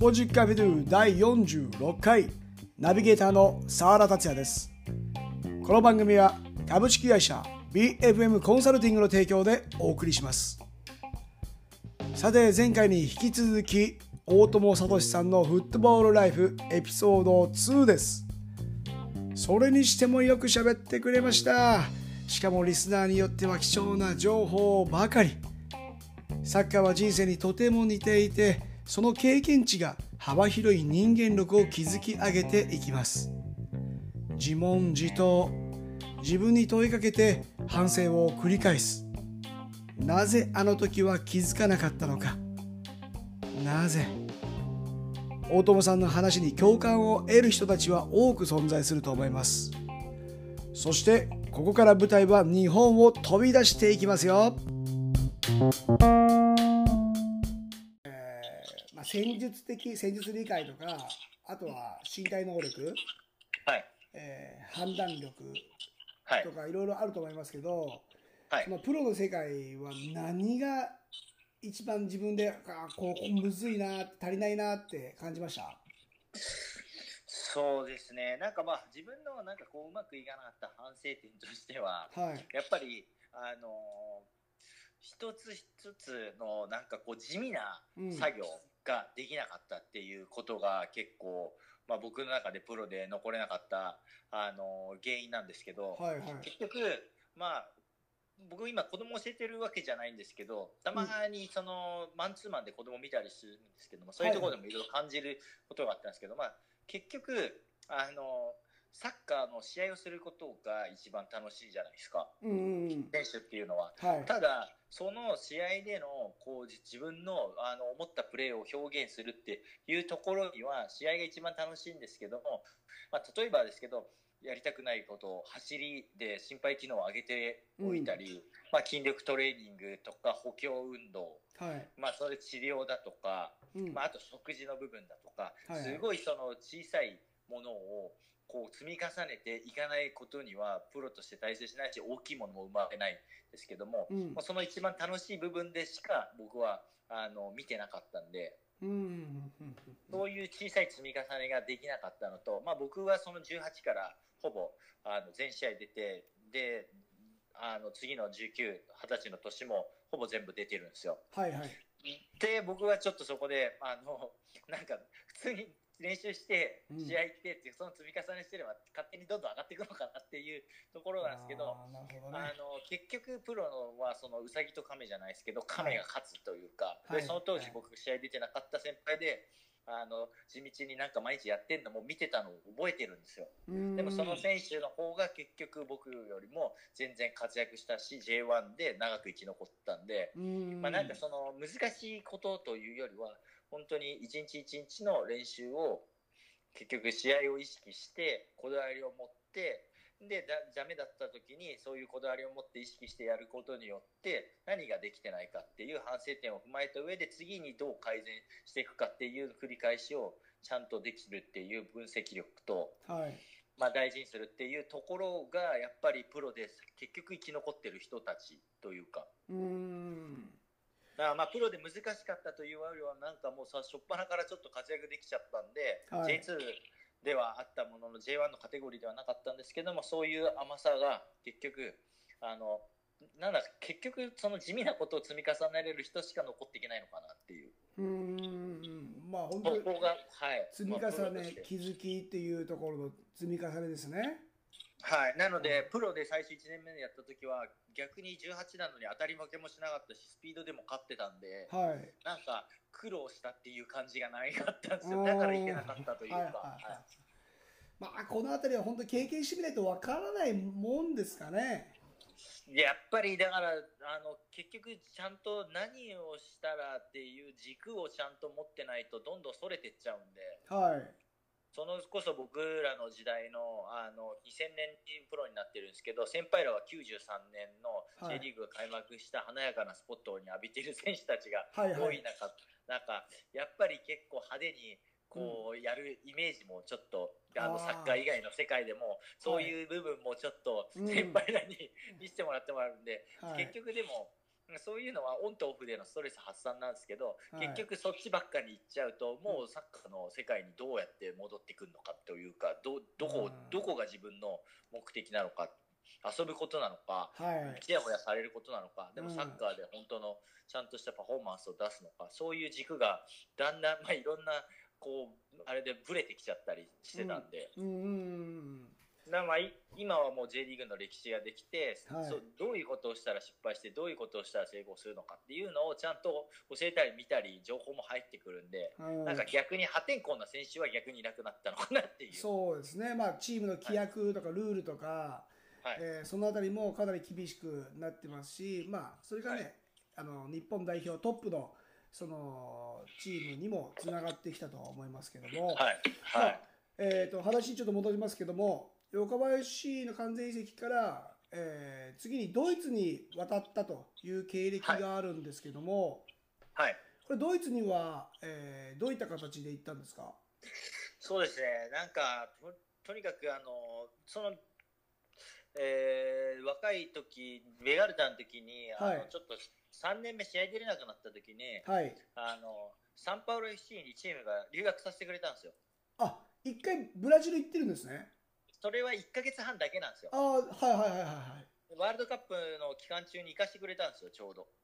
ポジカフェドゥ第46回ナビゲーターの澤田達也です。この番組は株式会社 BFM コンサルティングの提供でお送りします。さて前回に引き続き大友聡さんのフットボールライフエピソード2です。それにしてもよく喋ってくれました。しかもリスナーによっては貴重な情報ばかり。サッカーは人生にとても似ていて、その経験値が幅広い人間力を築き上げていきます。自問自答、自分に問いかけて反省を繰り返す。なぜあの時は気づかなかったのか。なぜ。大友さんの話に共感を得る人たちは多く存在すると思います。そしてここから舞台は日本を飛び出していきますよ。戦術理解とか、あとは身体能力、 はい、 判断力とかいろいろあると思いますけど、 はい、 そのプロの世界は何が一番自分でこうむずいな、足りないなって感じました？ そうですね。なんか自分のなんかこううまくいかなかった反省点としては、 はい、 やっぱり一つ一つのなんかこう地味な作業ができなかったっていうことが結構、僕の中でプロで残れなかった原因なんですけど、 はいはい、 結局僕今子供教えてるわけじゃないんですけど、たまにそのマンツーマンで子供見たりするんですけども、そういうところでもいろいろ感じることがあったんですけど、結局サッカーの試合をすることが一番楽しいじゃないですか、選手っていうのは、 はい、 ただその試合でのこう自分の思ったプレーを表現するっていうところには試合が一番楽しいんですけども、例えばですけどやりたくないことを走りで心肺機能を上げておいたり、筋力トレーニングとか補強運動、 はい、 それ治療だとか、あと食事の部分だとか、すごいその小さいものをこう積み重ねていかないことにはプロとして大成しないし、大きいものも生まれないんですけども、その一番楽しい部分でしか僕は見てなかったんで、そういう小さい積み重ねができなかったのと、僕はその18からほぼ全試合出て、で次の19、20歳の年もほぼ全部出てるんですよ。 はいはい。 で僕はちょっとそこでなんか普通に練習して試合行ってっていう、その積み重ねしてれば勝手にどんどん上がっていくのかなっていうところなんですけど、結局プロはそのウサギとカメじゃないですけど、カメが勝つというか、でその当時僕試合出てなかった先輩で地道になんか毎日やってんのも見てたのを覚えてるんですよ。でもその選手の方が結局僕よりも全然活躍したし J1 で長く生き残ったんで、なんかその難しいことというよりは本当に一日一日の練習を結局試合を意識してこだわりを持って、でダメだった時にそういうこだわりを持って意識してやることによって何ができてないかっていう反省点を踏まえた上で次にどう改善していくかっていう繰り返しをちゃんとできるっていう分析力と、大事にするっていうところがやっぱりプロで結局生き残ってる人たちというか、だからプロで難しかったというよりはなんかもう初っ端からちょっと活躍できちゃったんで、J2 ではあったものの J1 のカテゴリーではなかったんですけども、そういう甘さが結局結局その地味なことを積み重ねれる人しか残っていけないのかなっていう。 本当にここが、 積み重ね、気づきっていうところの積み重ねですね。 はい、なのでプロで最初1年目でやった時は逆に18なのに当たり負けもしなかったし、スピードでも勝ってたんで、なんか苦労したっていう感じがなかったんですよ。だからいけなかったというか、 この辺りは本当に経験してみないとわからないもんですかね。 やっぱりだから結局ちゃんと何をしたらっていう軸をちゃんと持ってないとどんどんそれてっちゃうんで、そのこそ僕らの時代の2000年にプロになってるんですけど、先輩らは93年の J リーグが開幕した華やかなスポットに浴びている選手たちが多い中、なんかやっぱり結構派手にこうやるイメージもちょっとサッカー以外の世界でもそういう部分もちょっと先輩らに見せてもらってもらうんで、結局でもそういうのはオンとオフでのストレス発散なんですけど、 はい、 結局そっちばっかり行っちゃうと、もうサッカーの世界にどうやって戻ってくるのかというか、どこが自分の目的なのか、遊ぶことなのか、ちやほやされることなのか、でもサッカーで本当のちゃんとしたパフォーマンスを出すのか、そういう軸がだんだん、いろんなこうあれでブレてきちゃったりしてたんで、今はもう J リーグの歴史ができて、どういうことをしたら失敗してどういうことをしたら成功するのかっていうのをちゃんと教えたり見たり情報も入ってくるんで、なんか逆に破天荒な選手は逆にいなくなったのかなっていう。 そうですね、チームの規約とかルールとか、そのあたりもかなり厳しくなってますし、それがね、日本代表トップのそのチームにもつながってきたとは思いますけども、話ちょっと戻りますけども、岡林の完全移籍から、次にドイツに渡ったという経歴があるんですけども、これドイツには、どういった形で行ったんですか？ そうですね、なんか とにかくその、若い時ベガルタの時にちょっと3年目試合出れなくなった時に、サンパウロ FC にチームが留学させてくれたんですよ。 一回ブラジル行ってるんですね。 それは1ヶ月半だけなんですよ。 ワールドカップの期間中に行かしてくれたんですよ、ちょうど。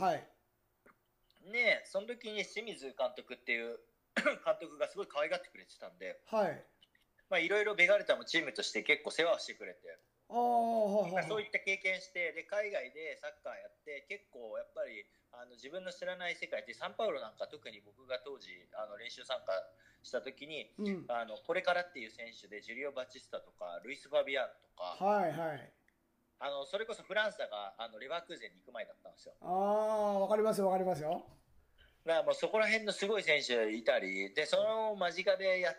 ね、その時に清水監督っていう監督がすごい可愛がってくれてたんで、いろいろベガルタもチームとして結構世話をしてくれて、そういった経験して、で海外でサッカーやって結構やっぱり自分の知らない世界で、サンパウロなんか特に僕が当時練習参加した時に、これからっていう選手でジュリオ・バチスタとかルイス・ファビアーノとか、それこそフランスがレバークーゼンに行く前だったんですよ。 わかりますよ、わかりますよ。 だからもうそこら辺のすごい選手いたりで、その間近でやって、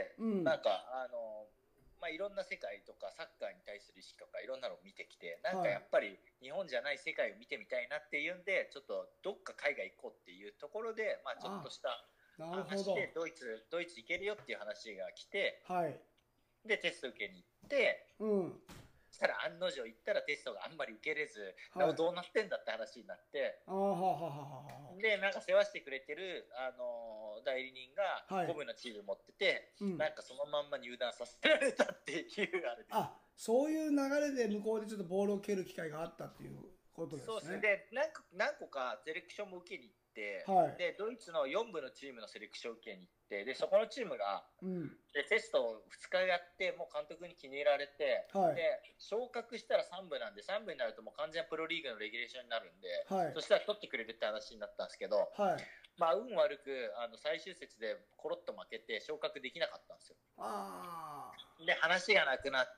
なんかいろんな世界とかサッカーに対する意識とかいろんなのを見てきて、なんかやっぱり日本じゃない世界を見てみたいなっていうんで、ちょっとどっか海外行こうっていうところで、ちょっとした話でドイツ行けるよっていう話が来て、でテスト受けに行って、そしたら案の定行ったらテストがあんまり受けれず、どうなってんだって話になって、でなんか世話してくれてる代理人がゴムのチーム持ってて、なんかそのまんま入団させられたっていうあれです。 そういう流れで向こうでちょっとボールを蹴る機会があったっていうことですね。 そうですね。で何個かセレクションも受けに行って、でドイツの4部のチームのセレクションを受けに行って、でそこのチームが、でテストを2日やってもう監督に気に入られて、で昇格したら3部なんで、3部になるともう完全プロリーグのレギュレーションになるんで、そしたら取ってくれるって話になったんですけど、運悪く最終節でコロッと負けて昇格できなかったんですよ。で話がなくなって、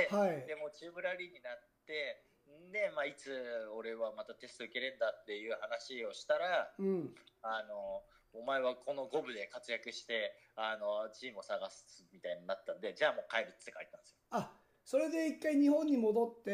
でもうチームラリーになって、でいつ俺はまたテスト受けれんだっていう話をしたら、お前はこの5部で活躍してチームを探すみたいになったんで、じゃあもう帰るって書いたんですよ。 それで一回日本に戻って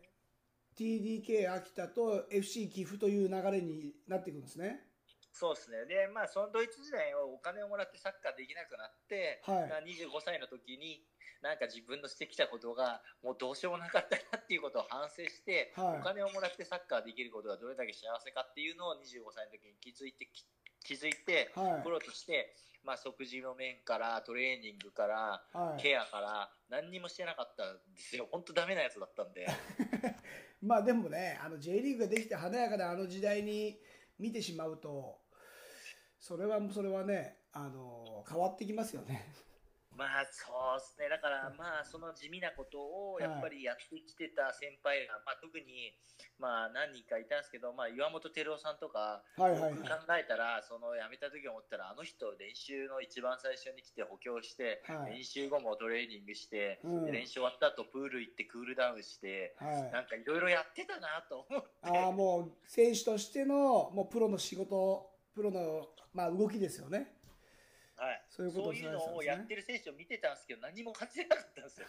TDK 秋田と FC 岐阜という流れになっていくんですね。 そうですね。でそのドイツ時代はお金をもらってサッカーできなくなって、25歳の時になんか自分のしてきたことがもうどうしようもなかったなっていうことを反省して、お金をもらってサッカーできることがどれだけ幸せかっていうのを25歳の時に気づいて、プロとして食事の面からトレーニングから、ケアから何にもしてなかったんですよ。本当ダメなやつだったんででもね、J リーグができて華やかな時代に見てしまうと、それはね、変わってきますよね。 そうですね。だからその地味なことをやっぱりやってきてた先輩が、特に何人かいたんですけど、岩本輝夫さんとか、考えたらその辞めた時思ったら、あの人練習の一番最初に来て補強して、練習後もトレーニングして、練習終わった後プール行ってクールダウンして、なんかいろいろやってたなと思って。 もう選手としてのもうプロの仕事、プロの動きですよね。 そういうのをやってる選手を見てたんですけど、何も感じなかったんですよ。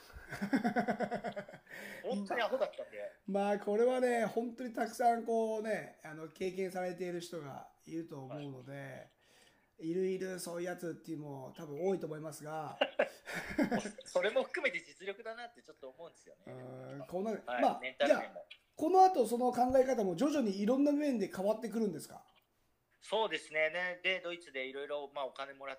本当にアホだったんで。 これはね、本当にたくさん経験されている人がいると思うので、いるそういうやつっていうのも多分多いと思いますがそれも含めて実力だなってちょっと思うんですよね。 じゃあこの後その考え方も徐々にいろんな面で変わってくるんですか？ そうですね。で、ドイツでいろいろお金もらって、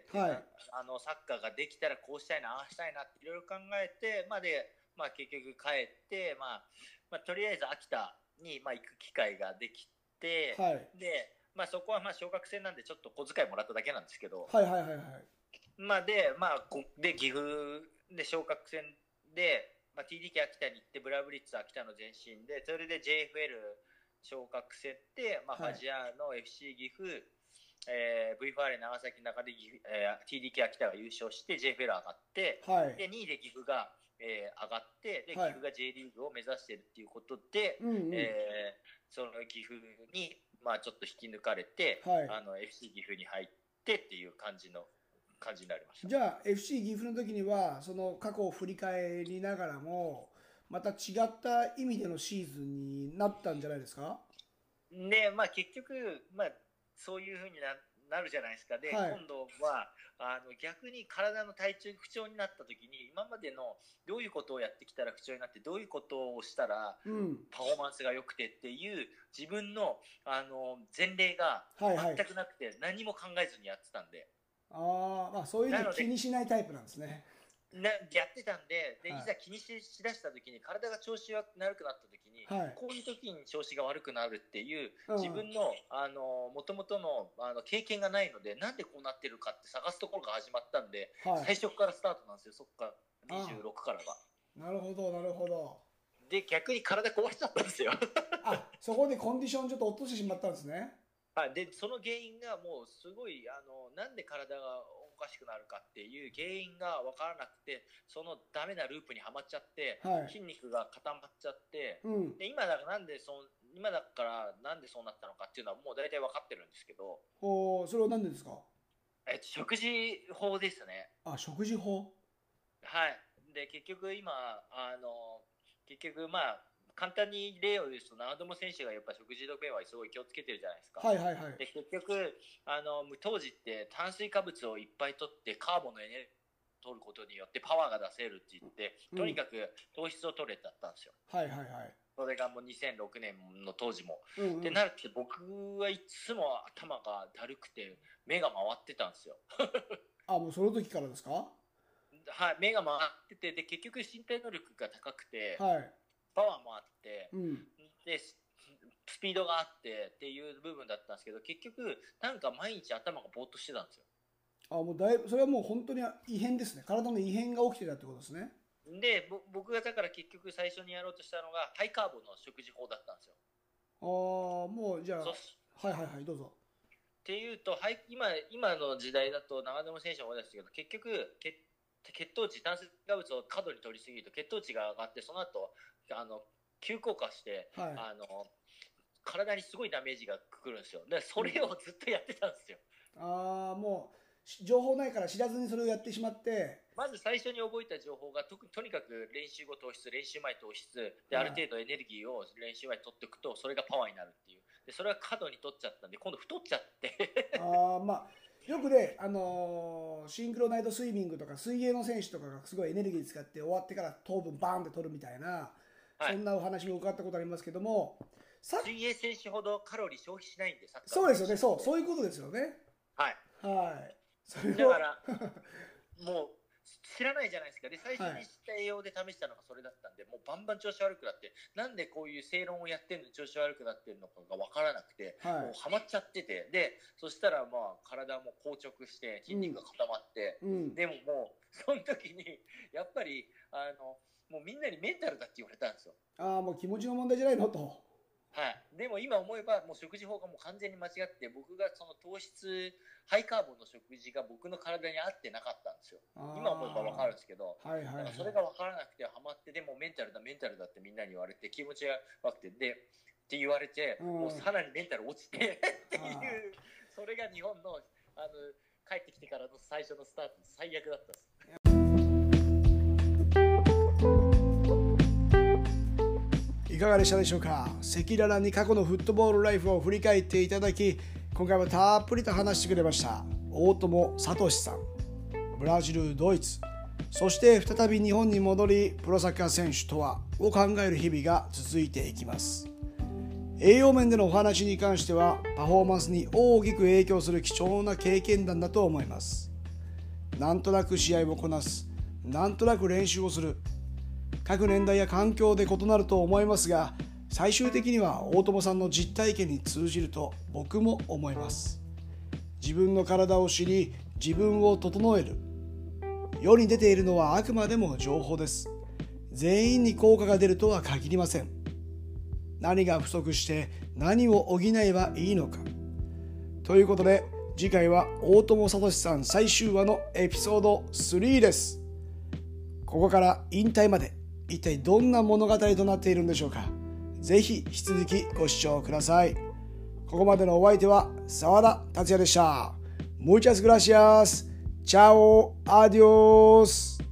はい、 サッカーができたらこうしたいな、ああしたいなっていろいろ考えて、結局帰って、とりあえず秋田に行く機会ができて、 はい、 で、そこは小学生なんでちょっと小遣いもらっただけなんですけど、 はいはいはいはい。 で岐阜で昇格戦で、TDK 秋田に行ってブラブリッツ秋田の前身で、それで JFL 昇格戦で、ファジアの FC 岐阜、V ファーレ長崎の中で、TDK 秋田が優勝して JFL 上がって、 はい、 で2位で岐阜が、上がってで、岐阜が J リーグを目指しているっていうことで、その岐阜に、ちょっと引き抜かれて、FC 岐阜に入ってっていう感じになりました。 じゃあ FC 岐阜の時にはその過去を振り返りながらもまた違った意味でのシーズンになったんじゃないですか？ で、結局、そういう風になるじゃないですか。で、今度は逆に体の体調不調になった時に、今までのどういうことをやってきたら不調になって、どういうことをしたらパフォーマンスが良くてっていう自分の前例が全くなくて、何も考えずにやってたんで。 そういうの気にしないタイプなんですね。 やってたんで、いざ気にしだした時に、体が調子悪くなった時に、こういう時に調子が悪くなるっていう自分の元々の経験がないので、なんでこうなってるかって探すところが始まったんで、最初からスタートなんですよ。そっから26からが。 なるほどなるほど。 で、逆に体壊しちゃったんですよ。 そこでコンディションちょっと落としてしまったんですね。 で、その原因がもうすごいなんで体がおかしくなるかっていう原因が分からなくて、そのダメなループにはまっちゃって、筋肉が固まっちゃって、で今だからなんでそうなったのかっていうのはもう大体分かってるんですけど。 それは何でですか？ 食事法ですね。 食事法。 はい。で、結局簡単に例を言うと、長友選手がやっぱ食事の面はすごい気をつけてるじゃないですか。で、結局当時って炭水化物をいっぱい取ってカーボンのエネルギーを取ることによってパワーが出せるって言って、とにかく糖質を取れだったんですよ。それがもう2006年の当時も。でなるって、僕はいつも頭がだるくて目が回ってたんですよ。 もうその時からですか？ 目が回ってて、で結局身体能力が高くて、パワーもあって、でスピードがあってっていう部分だったんですけど、結局なんか毎日頭がぼーっとしてたんですよ。 もうだいぶそれはもう本当に異変ですね。体の異変が起きてたってことですね。 で、僕がだから結局最初にやろうとしたのがハイカーボンの食事法だったんですよ。 もうじゃあどうぞ。 っていうと、今の時代だと長友選手も思い出したけど、結局血糖値、炭水化物を過度に取りすぎると血糖値が上がって、その後急降下して、体にすごいダメージがくるんですよ。でそれをずっとやってたんですよ。 もう情報ないから知らずにそれをやってしまって、 まず最初に覚えた情報がとにかく練習後糖質、練習前糖質で、ある程度エネルギーを練習前に取っておくとそれがパワーになるっていう。でそれは過度に取っちゃったんで、今度太っちゃってよくね、シンクロナイトスイミングとか水泳の選手とかがすごいエネルギー使って終わってから糖分バーンって取るみたいな、そんなお話も伺ったことありますけども、 水泳選手ほどカロリー消費しないんで、 そうですよね。そういうことですよね。 だからもう知らないじゃないですか。で最初に知った栄養で試したのがそれだったんで、もうバンバン調子悪くなって、なんでこういう正論をやってんのに調子悪くなってるのかが分からなくて、もうハマっちゃってて、でそしたら体も硬直して筋肉が固まって、でももうその時にやっぱりもうみんなにメンタルだって言われたんですよ。 もう気持ちの問題じゃないのと。 でも今思えばもう食事法がもう完全に間違って、僕がその糖質ハイカーボンの食事が僕の体に合ってなかったんですよ。今思えば分かるんですけど、それが分からなくてハマって、でもメンタルだってみんなに言われて、気持ちが悪くてって言われて、もうさらにメンタル落ちてっていう、それが日本の帰ってきてからの最初のスタート、最悪だったんです。 いかがでしたでしょうか。赤裸々に過去のフットボールライフを振り返っていただき、今回もたっぷりと話してくれました大友聡さん。ブラジル、ドイツ、 そして再び日本に戻りプロサッカー選手とはを考える日々が続いていきます。栄養面でのお話に関してはパフォーマンスに大きく影響する貴重な経験談だと思います。なんとなく試合をこなす、なんとなく練習をする、各年代や環境で異なると思いますが、最終的には大友さんの実体験に通じると僕も思います。自分の体を知り、自分を整える。世に出ているのはあくまでも情報です。全員に効果が出るとは限りません。何が不足して何を補えばいいのか。ということで、次回は大友聡さん最終話のエピソード3です。ここから引退まで一体どんな物語となっているんでしょうか。ぜひ引き続きご視聴ください。ここまでのお相手は澤田達也でした。Muchas gracias. Chao. Adiós.